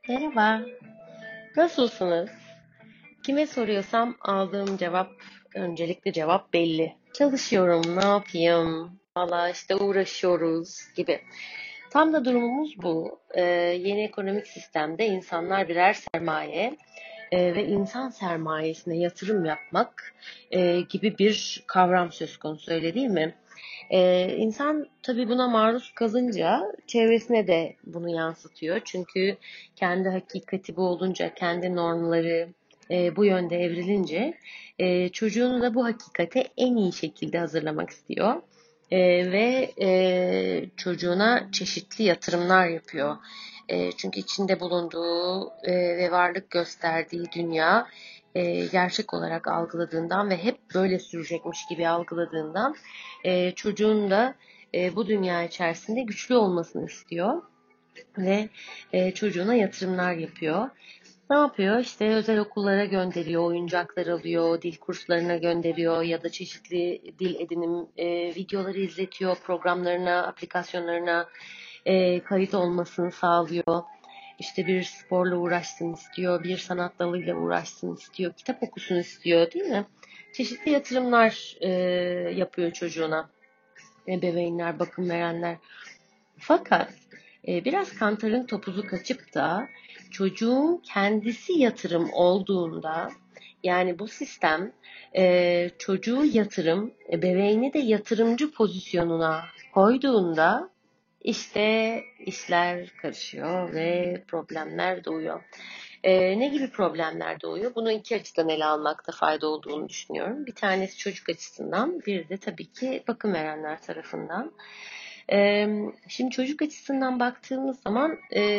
Merhaba, nasılsınız? Kime soruyorsam aldığım cevap, öncelikle cevap belli. Çalışıyorum, ne yapayım? Valla işte uğraşıyoruz gibi. Tam da durumumuz bu. Yeni ekonomik sistemde insanlar birer sermaye ve insan sermayesine yatırım yapmak gibi bir kavram söz konusu, öyle değil mi? İnsan tabii buna maruz kalınca çevresine de bunu yansıtıyor. Çünkü kendi hakikati bu olunca, kendi normları bu yönde evrilince çocuğunu da bu hakikate en iyi şekilde hazırlamak istiyor. Ve çocuğuna çeşitli yatırımlar yapıyor. Çünkü içinde bulunduğu ve varlık gösterdiği dünya gerçek olarak algıladığından ve hep böyle sürecekmiş gibi algıladığından çocuğun da bu dünya içerisinde güçlü olmasını istiyor ve çocuğuna yatırımlar yapıyor. Ne yapıyor? İşte özel okullara gönderiyor, oyuncaklar alıyor, dil kurslarına gönderiyor ya da çeşitli dil edinim videoları izletiyor, programlarına, aplikasyonlarına kayıt olmasını sağlıyor. İşte bir sporla uğraşsın istiyor, bir sanat dalıyla uğraşsın istiyor, kitap okusun istiyor, değil mi? Çeşitli yatırımlar yapıyor çocuğuna ebeveynler, bakım verenler. Fakat biraz kantarın topuzu kaçıp da çocuğun kendisi yatırım olduğunda, yani bu sistem çocuğu yatırım, ebeveyni de yatırımcı pozisyonuna koyduğunda işte işler karışıyor ve problemler doğuyor. Ne gibi problemler doğuyor? Bunu iki açıdan ele almakta fayda olduğunu düşünüyorum. Bir tanesi çocuk açısından, bir de tabii ki bakım verenler tarafından. Şimdi çocuk açısından baktığımız zaman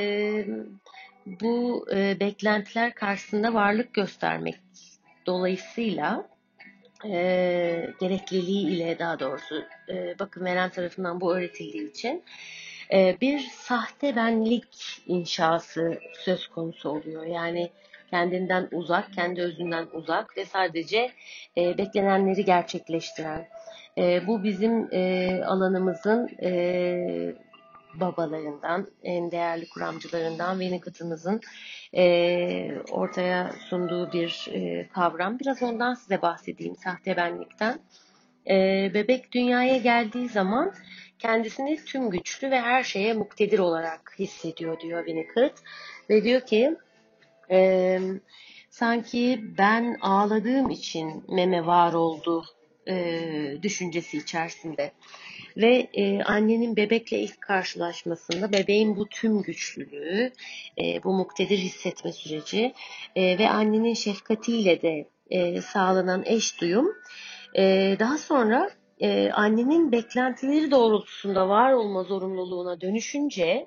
bu beklentiler karşısında varlık göstermek dolayısıyla gerekliliği ile daha doğrusu bakım veren tarafından bu öğretildiği için bir sahte benlik inşası söz konusu oluyor. Yani kendinden uzak, kendi özünden uzak ve sadece beklenenleri gerçekleştiren. Bu bizim alanımızın babalarından, en değerli kuramcılarından Winnicott'ımızın ortaya sunduğu bir kavram. Biraz ondan size bahsedeyim, sahte benlikten. Bebek dünyaya geldiği zaman kendisini tüm güçlü ve her şeye muktedir olarak hissediyor diyor Winnicott. Ve diyor ki e, sanki ben ağladığım için meme var oldu düşüncesi içerisinde. Ve annenin bebekle ilk karşılaşmasında bebeğin bu tüm güçlülüğü, bu muktedir hissetme süreci ve annenin şefkatiyle de sağlanan eş duyum daha sonra annenin beklentileri doğrultusunda var olma zorunluluğuna dönüşünce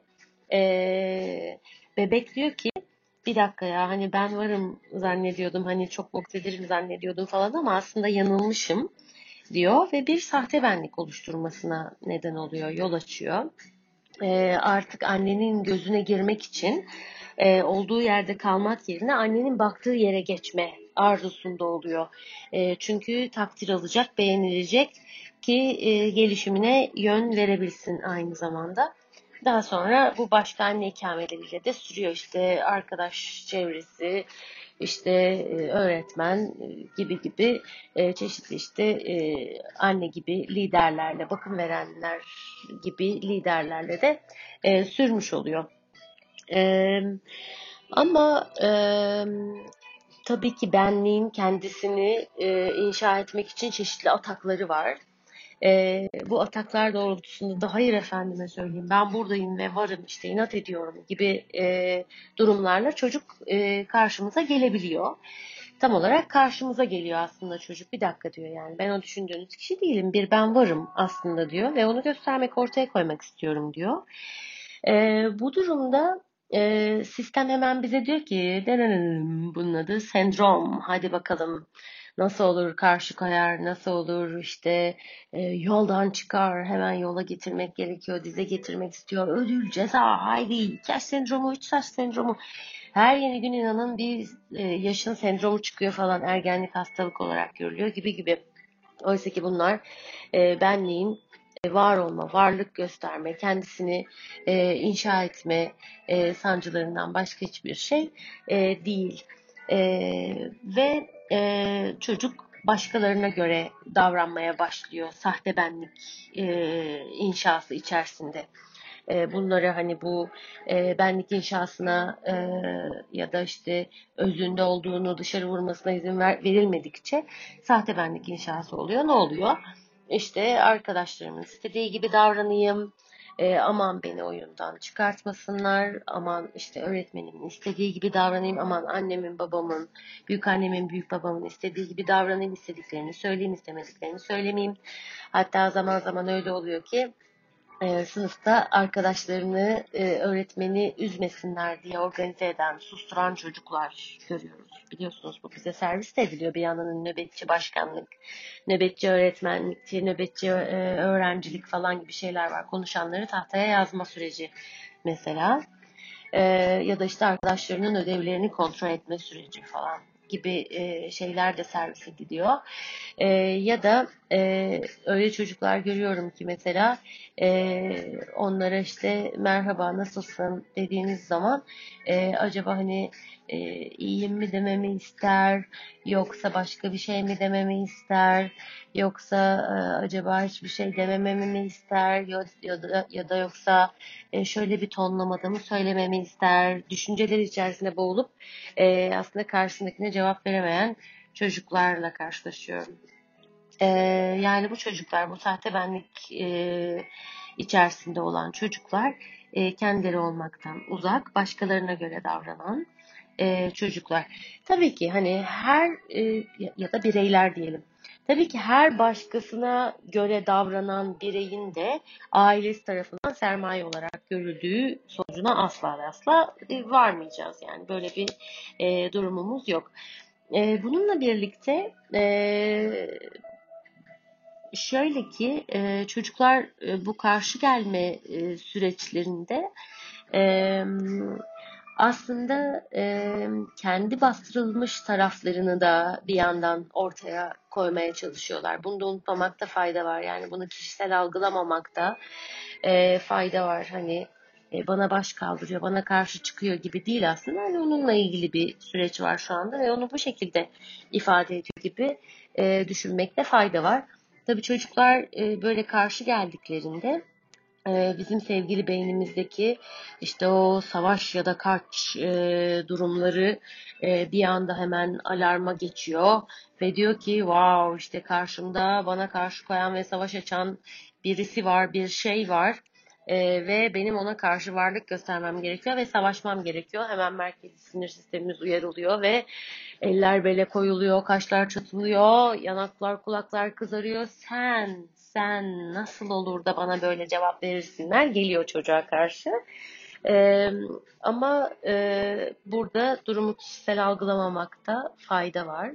bebek diyor ki bir dakika ya, hani ben varım zannediyordum, hani çok muktedirim zannediyordum falan ama aslında yanılmışım diyor ve bir sahte benlik oluşturmasına neden oluyor, yol açıyor. Artık annenin gözüne girmek için olduğu yerde kalmak yerine annenin baktığı yere geçme arzusunda oluyor. Çünkü takdir alacak, beğenilecek ki gelişimine yön verebilsin aynı zamanda. Daha sonra bu başka anne ikameleriyle de sürüyor. İşte arkadaş çevresi, işte öğretmen gibi gibi çeşitli işte anne gibi liderlerle, bakım verenler gibi liderlerle de sürmüş oluyor. E, ama tabii ki benliğin kendisini inşa etmek için çeşitli atakları var. Bu ataklar doğrultusunda da hayır efendime söyleyeyim ben buradayım ve varım işte inat ediyorum gibi durumlarla çocuk karşımıza gelebiliyor. Tam olarak karşımıza geliyor aslında çocuk. Bir dakika diyor, yani ben o düşündüğünüz kişi değilim. Bir ben varım aslında diyor ve onu göstermek, ortaya koymak istiyorum diyor. Bu durumda sistem hemen bize diyor ki bunun adı sendrom. Hadi bakalım nasıl olur, karşı koyar, nasıl olur işte yoldan çıkar, hemen yola getirmek gerekiyor, dize getirmek istiyor. Ödül, ceza, haydi 2 yaş sendromu, 3 yaş sendromu. Her yeni gün inanın bir yaşın sendromu çıkıyor falan, ergenlik hastalık olarak görülüyor gibi gibi. Oysa ki bunlar benliğin var olma, varlık gösterme, kendisini inşa etme sancılarından başka hiçbir şey değil. E, ve çocuk başkalarına göre davranmaya başlıyor sahte benlik inşası içerisinde. Bunları hani bu benlik inşasına ya da işte özünde olduğunu dışarı vurmasına izin verilmedikçe sahte benlik inşası oluyor. Ne oluyor? İşte arkadaşlarımın istediği gibi davranayım, aman beni oyundan çıkartmasınlar, aman işte öğretmenimin istediği gibi davranayım, aman annemin, babamın, büyük annemin, büyük babamın istediği gibi davranayım, istediklerini söyleyeyim, istemediklerini söylemeyeyim. Hatta zaman zaman öyle oluyor ki sınıfta arkadaşlarını öğretmeni üzmesinler diye organize eden, susturan çocuklar görüyoruz. Biliyorsunuz bu bize servis de ediliyor. Bir yandan nöbetçi başkanlık, nöbetçi öğretmenlik, nöbetçi öğrencilik falan gibi şeyler var. Konuşanları tahtaya yazma süreci mesela. Ya da işte arkadaşlarının ödevlerini kontrol etme süreci falan gibi şeyler de servis ediliyor. Ya da öyle çocuklar görüyorum ki mesela onlara işte merhaba nasılsın dediğiniz zaman acaba hani iyiyim mi dememi ister, yoksa başka bir şey mi dememi ister, yoksa acaba hiçbir şey demememi mi ister, ya da yoksa şöyle bir tonlamada mı söylememi ister, düşünceler içerisinde boğulup aslında karşısındakine cevap veremeyen çocuklarla karşılaşıyorum. Yani bu çocuklar, bu sahte benlik içerisinde olan çocuklar kendileri olmaktan uzak, başkalarına göre davranan çocuklar. Tabii ki hani her ya da bireyler diyelim. Tabii ki her başkasına göre davranan bireyin de ailesi tarafından sermaye olarak görüldüğü sonucuna asla ve asla varmayacağız. Yani böyle bir durumumuz yok. Bununla birlikte şöyle ki çocuklar bu karşı gelme süreçlerinde e, aslında kendi bastırılmış taraflarını da bir yandan ortaya koymaya çalışıyorlar. Bunu da unutmamakta fayda var. Yani bunu kişisel algılamamakta fayda var. Hani bana baş kaldırıyor, bana karşı çıkıyor gibi değil aslında. Yani onunla ilgili bir süreç var şu anda ve onu bu şekilde ifade ediyor gibi düşünmekte fayda var. Tabii çocuklar böyle karşı geldiklerinde bizim sevgili beynimizdeki işte o savaş ya da kaç durumları bir anda hemen alarma geçiyor ve diyor ki wow işte karşımda bana karşı koyan ve savaş açan birisi var, bir şey var. Ve benim ona karşı varlık göstermem gerekiyor ve savaşmam gerekiyor. Hemen merkezi sinir sistemimiz uyarılıyor ve eller bele koyuluyor, kaşlar çatılıyor, yanaklar, kulaklar kızarıyor. Sen nasıl olur da bana böyle cevap verirsinler geliyor çocuğa karşı. Ee, ama burada durumu kişisel algılamamakta fayda var.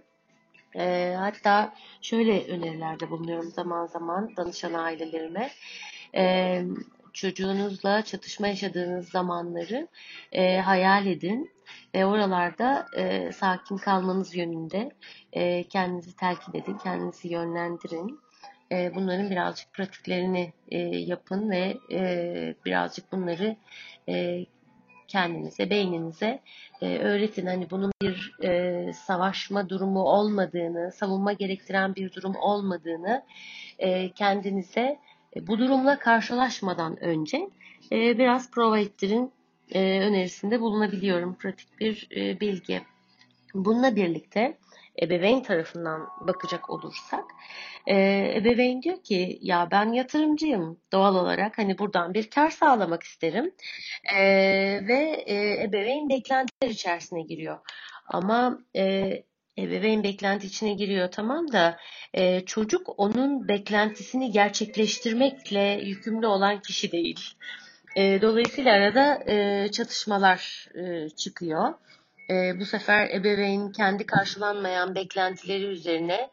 Hatta şöyle önerilerde bulunuyorum zaman zaman danışan ailelerime. Ee, Çocuğunuzla çatışma yaşadığınız zamanları hayal edin ve oralarda sakin kalmanız yönünde kendinizi telkin edin, kendinizi yönlendirin. Bunların birazcık pratiklerini yapın ve birazcık bunları e, kendinize, beyninize öğretin. Hani bunun bir savaşma durumu olmadığını, savunma gerektiren bir durum olmadığını kendinize bu durumla karşılaşmadan önce biraz prova ettirin önerisinde bulunabiliyorum. Pratik bir bilgi. Bununla birlikte ebeveyn tarafından bakacak olursak ebeveyn diyor ki ya ben yatırımcıyım doğal olarak hani buradan bir kar sağlamak isterim. Ve ebeveyn beklentiler içerisine giriyor. Ama ebeveyn beklenti içine giriyor tamam da çocuk onun beklentisini gerçekleştirmekle yükümlü olan kişi değil. Dolayısıyla arada çatışmalar çıkıyor. Bu sefer ebeveyn kendi karşılanmayan beklentileri üzerine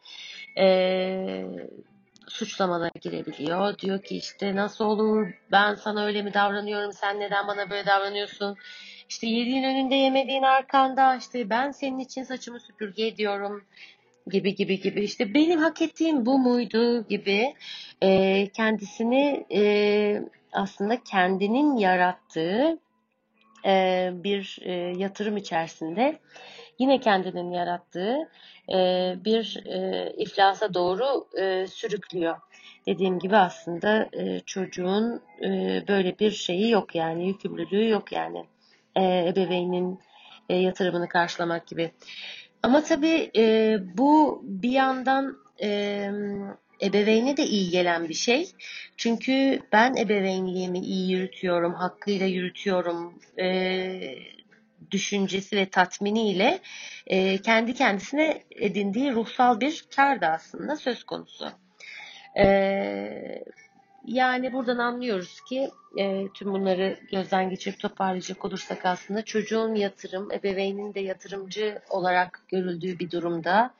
e, suçlamalara girebiliyor. Diyor ki işte nasıl olur ben sana öyle mi davranıyorum sen neden bana böyle davranıyorsun? İşte yediğin önünde yemediğin arkanda işte ben senin için saçımı süpürge ediyorum gibi gibi gibi, işte benim hak ettiğim bu muydu gibi kendisini aslında kendinin yarattığı bir yatırım içerisinde yine kendinin yarattığı bir iflasa doğru sürüklüyor. Dediğim gibi aslında çocuğun böyle bir şeyi yok, yani yükümlülüğü yok, yani ebeveynin yatırımını karşılamak gibi. Ama tabii bu bir yandan ebeveyne de iyi gelen bir şey. Çünkü ben ebeveynliğimi iyi yürütüyorum, hakkıyla yürütüyorum düşüncesi ve tatminiyle kendi kendisine edindiği ruhsal bir kar da aslında söz konusu. E, Yani buradan anlıyoruz ki tüm bunları gözden geçirip toparlayacak olursak aslında çocuğun yatırım, ebeveynin de yatırımcı olarak görüldüğü bir durumda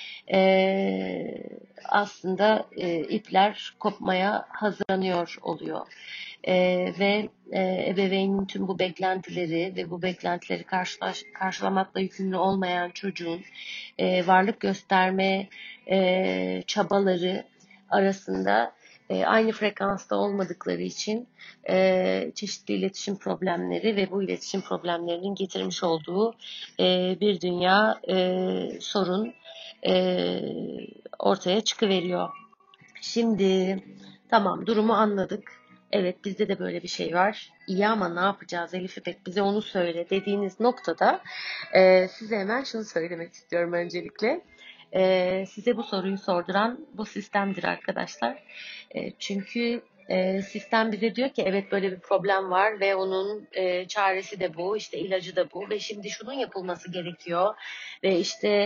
aslında ipler kopmaya hazırlanıyor oluyor. Ve ebeveynin tüm bu beklentileri ve bu beklentileri karşılamakla yükümlü olmayan çocuğun varlık gösterme çabaları arasında aynı frekansta olmadıkları için çeşitli iletişim problemleri ve bu iletişim problemlerinin getirmiş olduğu bir dünya sorun ortaya çıkıveriyor. Şimdi tamam, durumu anladık. Evet, bizde de böyle bir şey var. İyi ama ne yapacağız Elif İpek, bize onu söyle dediğiniz noktada size hemen şunu söylemek istiyorum öncelikle. Size bu soruyu sorduran bu sistemdir arkadaşlar. Çünkü sistem bize diyor ki evet, böyle bir problem var ve onun çaresi de bu, işte ilacı da bu ve şimdi şunun yapılması gerekiyor ve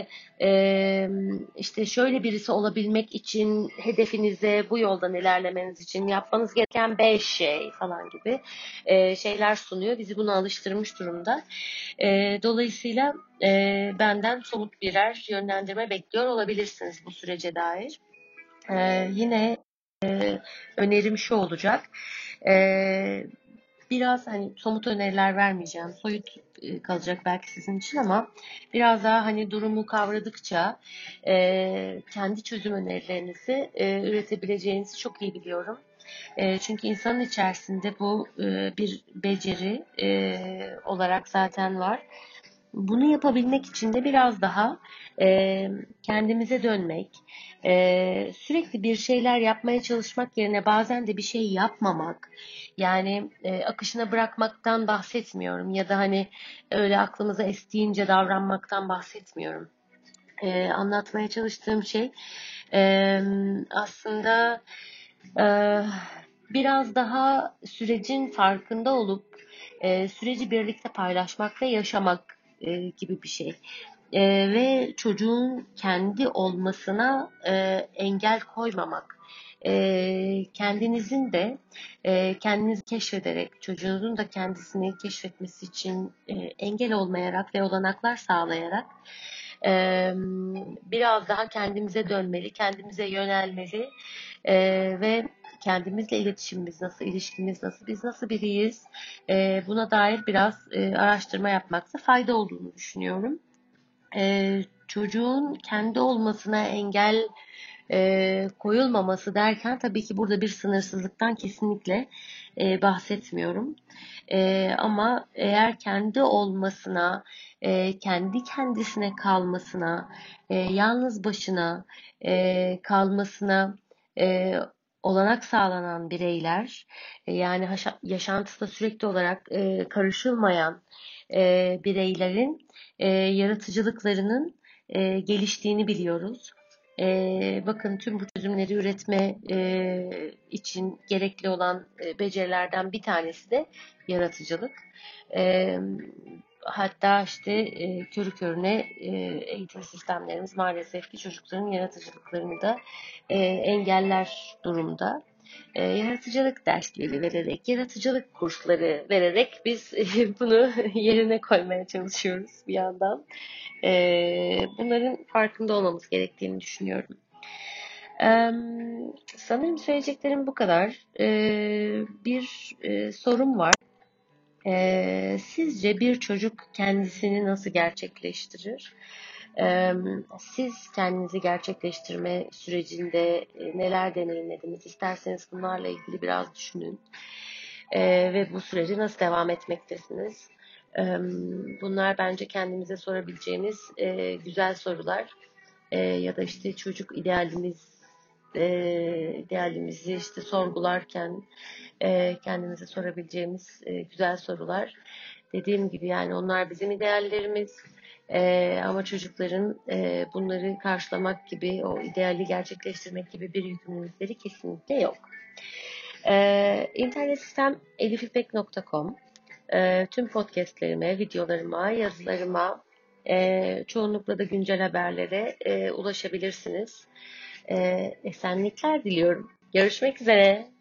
işte şöyle birisi olabilmek için hedefinize bu yoldan ilerlemeniz için yapmanız gereken 5 şey falan gibi şeyler sunuyor. Bizi buna alıştırmış durumda. Dolayısıyla benden somut birer yönlendirme bekliyor olabilirsiniz bu sürece dair. Yine önerim şu olacak. Ee, Biraz hani somut öneriler vermeyeceğim. Soyut kalacak belki sizin için ama biraz daha hani durumu kavradıkça kendi çözüm önerilerinizi üretebileceğinizi çok iyi biliyorum. Çünkü insanın içerisinde bu bir beceri olarak zaten var. Bunu yapabilmek için de biraz daha kendimize dönmek, sürekli bir şeyler yapmaya çalışmak yerine bazen de bir şey yapmamak, yani akışına bırakmaktan bahsetmiyorum ya da hani öyle aklımıza estiğince davranmaktan bahsetmiyorum. Anlatmaya çalıştığım şey aslında e, biraz daha sürecin farkında olup süreci birlikte paylaşmak ve yaşamak gibi bir şey. Ve çocuğun kendi olmasına engel koymamak. Kendinizin de kendinizi keşfederek, çocuğunuzun da kendisini keşfetmesi için engel olmayarak ve olanaklar sağlayarak biraz daha kendimize dönmeli, kendimize yönelmeli ve kendimizle iletişimimiz nasıl, ilişkimiz nasıl, biz nasıl biriyiz, buna dair biraz araştırma yapmakta fayda olduğunu düşünüyorum. Çocuğun kendi olmasına engel koyulmaması derken tabii ki burada bir sınırsızlıktan kesinlikle bahsetmiyorum. Ama eğer kendi olmasına, kendi kendisine kalmasına, yalnız başına kalmasına e, olanak sağlanan bireyler, yani yaşantısında sürekli olarak karışılmayan bireylerin yaratıcılıklarının geliştiğini biliyoruz. Bakın, tüm bu çözümleri üretme için gerekli olan becerilerden bir tanesi de yaratıcılık. E, Hatta işte körü körüne eğitim sistemlerimiz maalesef ki çocukların yaratıcılıklarını da engeller durumda. Yaratıcılık dersleri vererek, yaratıcılık kursları vererek biz bunu yerine koymaya çalışıyoruz bir yandan. Bunların farkında olmamız gerektiğini düşünüyorum. Sanırım söyleyeceklerim bu kadar. Bir sorum var. Sizce bir çocuk kendisini nasıl gerçekleştirir? Siz kendinizi gerçekleştirme sürecinde neler deneyimlediniz? İsterseniz bunlarla ilgili biraz düşünün. Ve bu süreci nasıl devam etmektesiniz? Bunlar bence kendimize sorabileceğimiz güzel sorular. Ya da işte çocuk idealimizi işte sorgularken kendimize sorabileceğimiz güzel sorular. Dediğim gibi yani onlar bizim ideallerimiz. Ama çocukların bunları karşılamak gibi, o ideali gerçekleştirmek gibi bir yükümlülükleri kesinlikle yok. İnternet sitem elifipek.com. Tüm podcastlerime, videolarıma, yazılarıma, çoğunlukla da güncel haberlere ulaşabilirsiniz. Esenlikler diliyorum. Görüşmek üzere.